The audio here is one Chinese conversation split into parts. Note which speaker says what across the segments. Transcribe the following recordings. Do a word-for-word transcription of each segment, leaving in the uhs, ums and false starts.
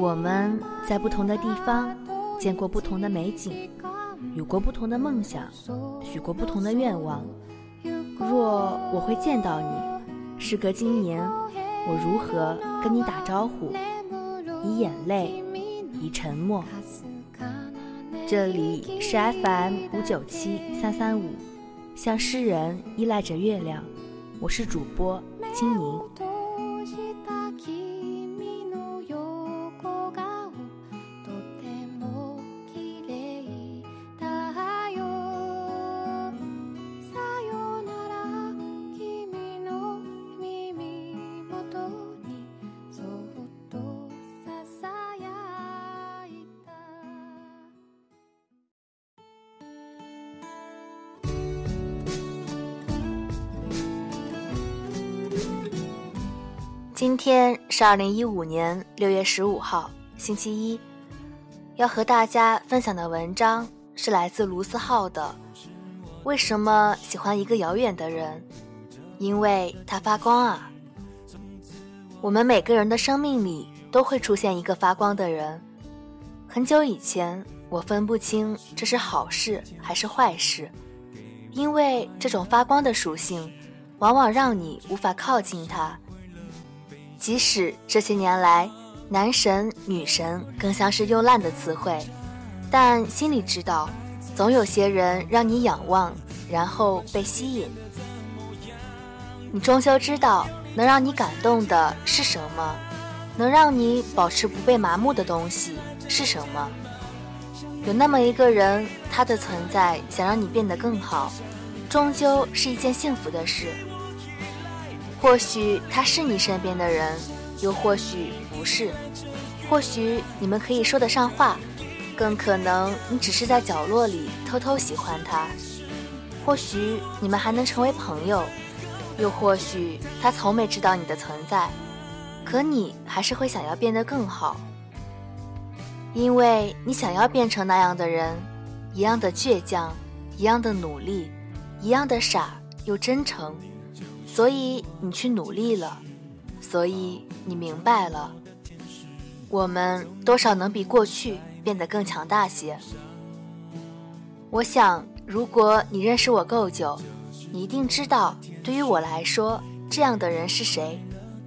Speaker 1: 我们在不同的地方见过不同的美景，有过不同的梦想，许过不同的愿望。若我会见到你，时隔今年，我如何跟你打招呼？以眼泪，以沉默。这里是 F M 五九七三三五，向诗人依赖着月亮，我是主播青柠。今天是二零一五年六月十五号，星期一。要和大家分享的文章是来自卢思浩的《为什么喜欢一个遥远的人？因为他发光啊》。我们每个人的生命里都会出现一个发光的人。很久以前，我分不清这是好事还是坏事，因为这种发光的属性往往让你无法靠近他。即使这些年来男神女神更像是用烂的词汇，但心里知道总有些人让你仰望，然后被吸引。你终究知道能让你感动的是什么，能让你保持不被麻木的东西是什么。有那么一个人，他的存在想让你变得更好，终究是一件幸福的事。或许他是你身边的人，又或许不是。或许你们可以说得上话，更可能你只是在角落里偷偷喜欢他。或许你们还能成为朋友，又或许他从没知道你的存在，可你还是会想要变得更好。因为你想要变成那样的人，一样的倔强，一样的努力，一样的傻又真诚，所以你去努力了，所以你明白了，我们多少能比过去变得更强大些。我想，如果你认识我够久，你一定知道，对于我来说，这样的人是谁。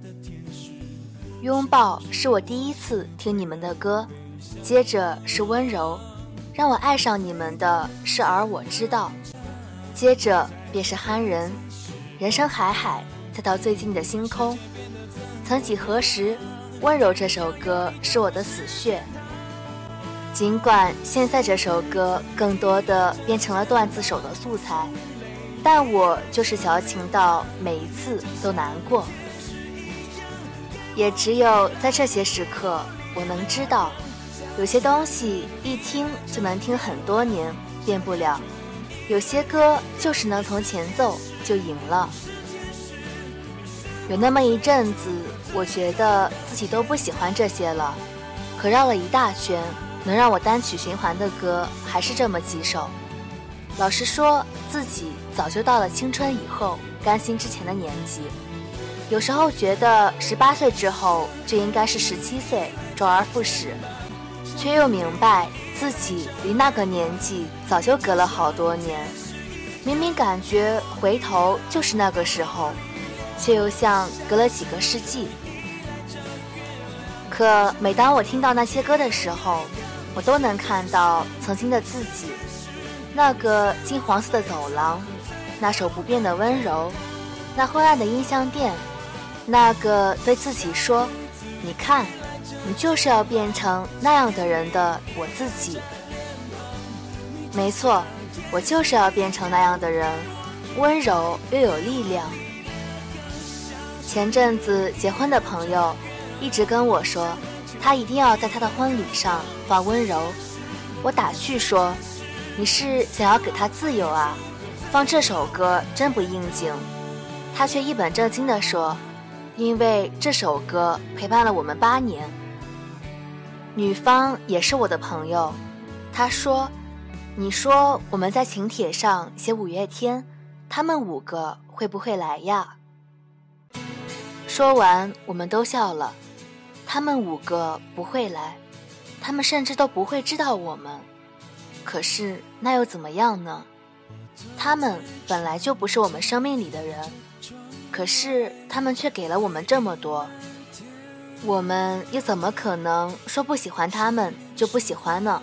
Speaker 1: 拥抱是我第一次听你们的歌，接着是温柔，让我爱上你们的是而我知道，接着便是憨人，人生海海，再到最近的星空。曾几何时，温柔这首歌是我的死穴，尽管现在这首歌更多的变成了段子手的素材，但我就是矫情到每一次都难过。也只有在这些时刻，我能知道有些东西一听就能听很多年，变不了，有些歌就是能从前奏就赢了。有那么一阵子，我觉得自己都不喜欢这些了，可绕了一大圈，能让我单曲循环的歌还是这么几首。老实说，自己早就到了青春以后甘心之前的年纪，有时候觉得十八岁之后就应该是十七岁，周而复始，却又明白自己离那个年纪早就隔了好多年。明明感觉回头就是那个时候，却又像隔了几个世纪。可每当我听到那些歌的时候，我都能看到曾经的自己，那个金黄色的走廊，那首不变的温柔，那昏暗的音像店，那个对自己说你看你就是要变成那样的人的我自己。没错，我就是要变成那样的人，温柔又有力量。前阵子结婚的朋友一直跟我说，他一定要在他的婚礼上放温柔。我打趣说，你是想要给他自由啊，放这首歌真不应景。他却一本正经地说，因为这首歌陪伴了我们八年。女方也是我的朋友，她说，你说我们在请帖上写五月天，他们五个会不会来呀？说完我们都笑了，他他们五个不会来，他们甚至都不会知道我们。可是那又怎么样呢？他们本来就不是我们生命里的人，可是他们却给了我们这么多，我们又怎么可能说不喜欢他们就不喜欢呢？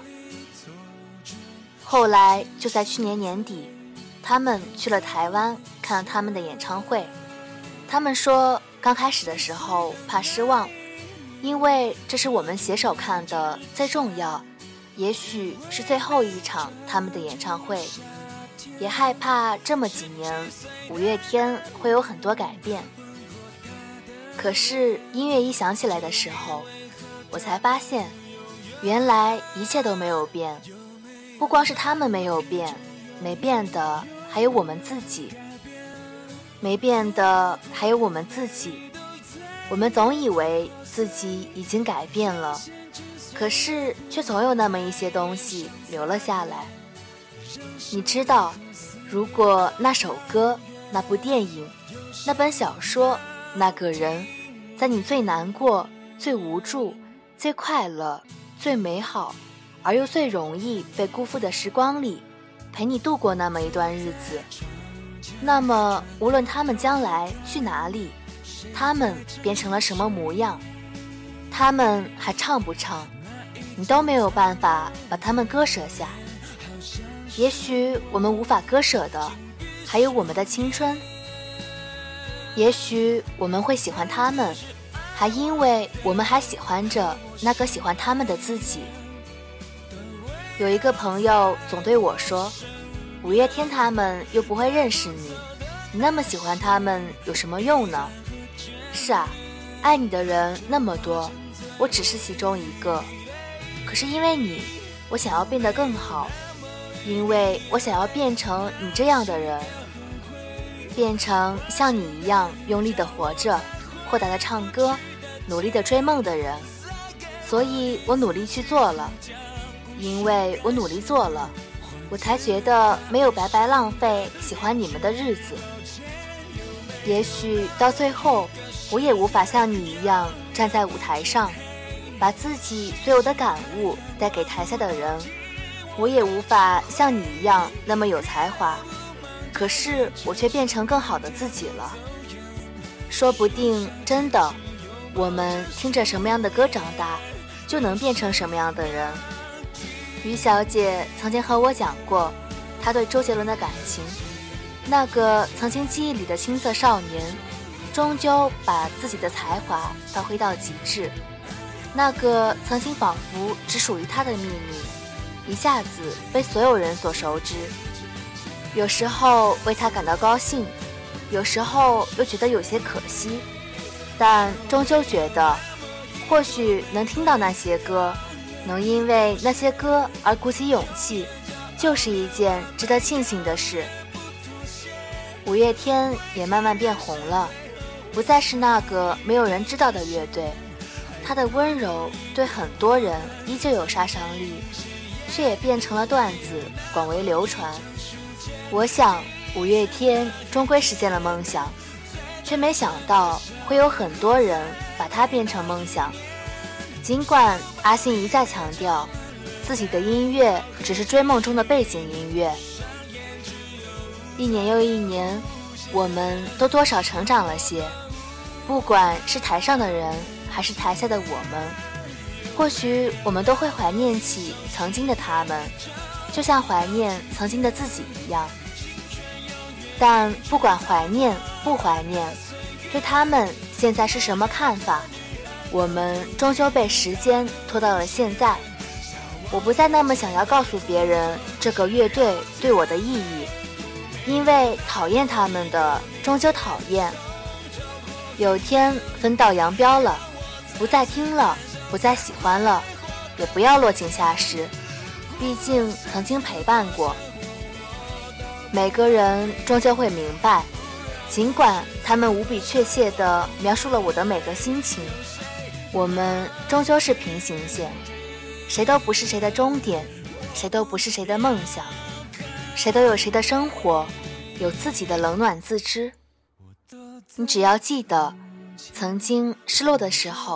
Speaker 1: 后来就在去年年底，他们去了台湾看了他们的演唱会。他们说刚开始的时候怕失望，因为这是我们携手看的最重要，也许是最后一场他们的演唱会，也害怕这么几年五月天会有很多改变。可是音乐一响起来的时候，我才发现原来一切都没有变，不光是他们没有变，没变的还有我们自己，没变的还有我们自己。我们总以为自己已经改变了，可是却总有那么一些东西留了下来。你知道，如果那首歌、那部电影、那本小说、那个人，在你最难过、最无助、最快乐、最美好而又最容易被辜负的时光里陪你度过那么一段日子，那么无论他们将来去哪里，他们变成了什么模样，他们还唱不唱，你都没有办法把他们割舍下。也许我们无法割舍的还有我们的青春，也许我们会喜欢他们，还因为我们还喜欢着那个喜欢他们的自己。有一个朋友总对我说，五月天他们又不会认识你，你那么喜欢他们有什么用呢？是啊，爱你的人那么多，我只是其中一个。可是因为你，我想要变得更好，因为我想要变成你这样的人，变成像你一样用力地活着，豁达地唱歌，努力地追梦的人。所以我努力去做了，因为我努力做了，我才觉得没有白白浪费喜欢你们的日子。也许到最后我也无法像你一样站在舞台上，把自己所有的感悟带给台下的人，我也无法像你一样那么有才华，可是我却变成更好的自己了。说不定真的，我们听着什么样的歌长大，就能变成什么样的人。于小姐曾经和我讲过她对周杰伦的感情，那个曾经记忆里的青涩少年，终究把自己的才华发挥到极致，那个曾经仿佛只属于他的秘密，一下子被所有人所熟知。有时候为他感到高兴，有时候又觉得有些可惜，但终究觉得或许能听到那些歌，能因为那些歌而鼓起勇气，就是一件值得庆幸的事。五月天也慢慢变红了，不再是那个没有人知道的乐队，他的温柔对很多人依旧有杀伤力，却也变成了段子，广为流传。我想五月天终归实现了梦想，却没想到会有很多人把它变成梦想。尽管阿信一再强调自己的音乐只是追梦中的背景音乐，一年又一年，我们都多少成长了些，不管是台上的人还是台下的我们，或许我们都会怀念起曾经的他们，就像怀念曾经的自己一样。但不管怀念不怀念，对他们现在是什么看法，我们终究被时间拖到了现在。我不再那么想要告诉别人这个乐队对我的意义，因为讨厌他们的终究讨厌。有天分道扬镳了，不再听了，不再喜欢了，也不要落井下石，毕竟曾经陪伴过。每个人终究会明白，尽管他们无比确切地描述了我的每个心情，我们终究是平行线，谁都不是谁的终点，谁都不是谁的梦想，谁都有谁的生活，有自己的冷暖自知。你只要记得，曾经失落的时候，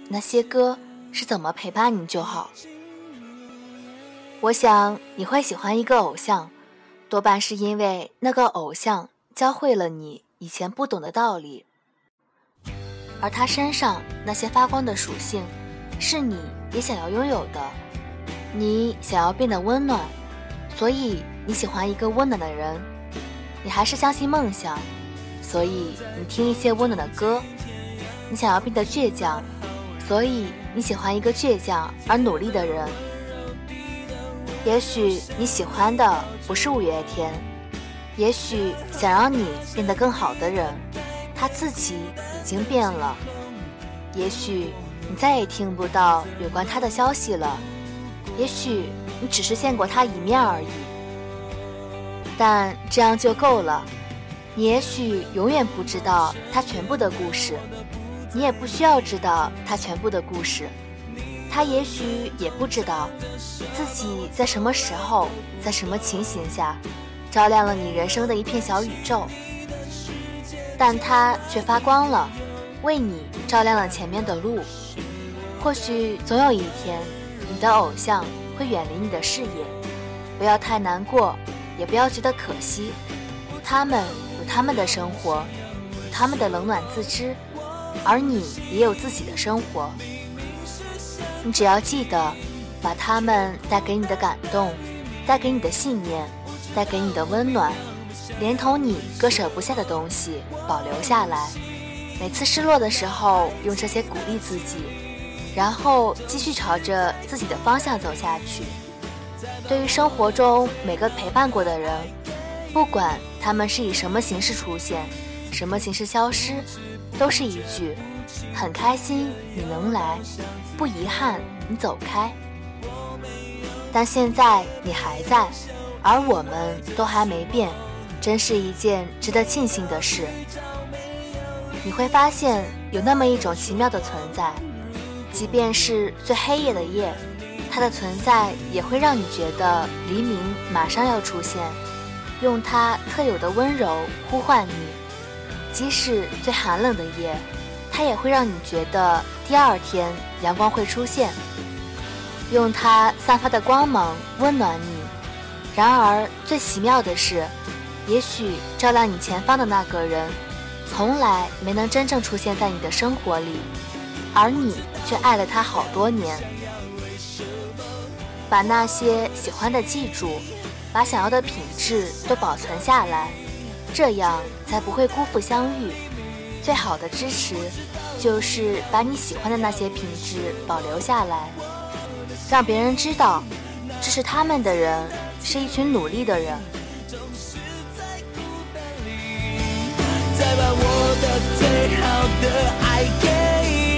Speaker 1: 那些歌是怎么陪伴你就好。我想你会喜欢一个偶像，多半是因为那个偶像教会了你以前不懂的道理，而他身上那些发光的属性是你也想要拥有的。你想要变得温暖，所以你喜欢一个温暖的人。你还是相信梦想，所以你听一些温暖的歌。你想要变得倔强，所以你喜欢一个倔强而努力的人。也许你喜欢的不是五月天，也许想让你变得更好的人，他自己已经变了。也许你再也听不到有关他的消息了，也许你只是见过他一面而已，但这样就够了。你也许永远不知道他全部的故事，你也不需要知道他全部的故事。他也许也不知道自己在什么时候，在什么情形下照亮了你人生的一片小宇宙，但他却发光了，为你照亮了前面的路。或许总有一天，你的偶像会远离你的视野，不要太难过，也不要觉得可惜。他们有他们的生活，有他们的冷暖自知，而你也有自己的生活。你只要记得把他们带给你的感动，带给你的信念，带给你的温暖，连同你割舍不下的东西保留下来。每次失落的时候，用这些鼓励自己，然后继续朝着自己的方向走下去。对于生活中每个陪伴过的人，不管他们是以什么形式出现，什么形式消失，都是一句很开心你能来，不遗憾你走开。但现在你还在，而我们都还没变，真是一件值得庆幸的事。你会发现有那么一种奇妙的存在，即便是最黑夜的夜，它的存在也会让你觉得黎明马上要出现，用它特有的温柔呼唤你。即使最寒冷的夜，它也会让你觉得第二天阳光会出现，用它散发的光芒温暖你。然而最奇妙的是，也许照亮你前方的那个人从来没能真正出现在你的生活里，而你却爱了他好多年。把那些喜欢的记住，把想要的品质都保存下来，这样才不会辜负相遇。最好的支持就是把你喜欢的那些品质保留下来，让别人知道这是他们的人，是一群努力的人。
Speaker 2: 再把我的最好的爱给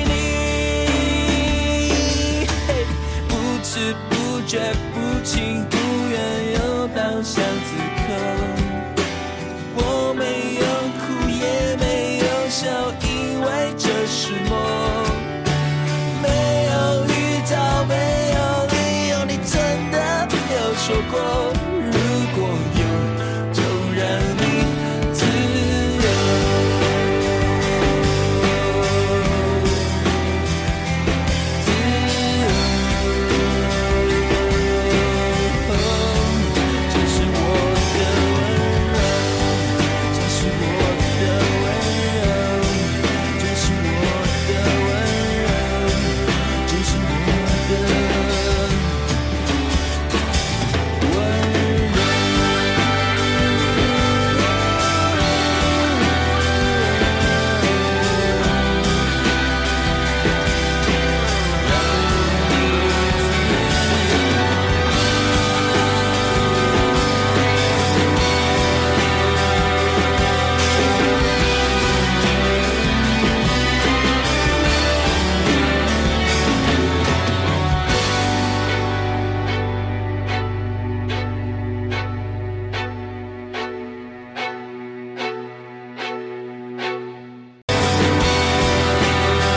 Speaker 2: 你，不知不觉不情不愿又到巷子口，我没有哭也没有笑，因为这是梦。没有预兆，没有理由，你真的没有说过，如果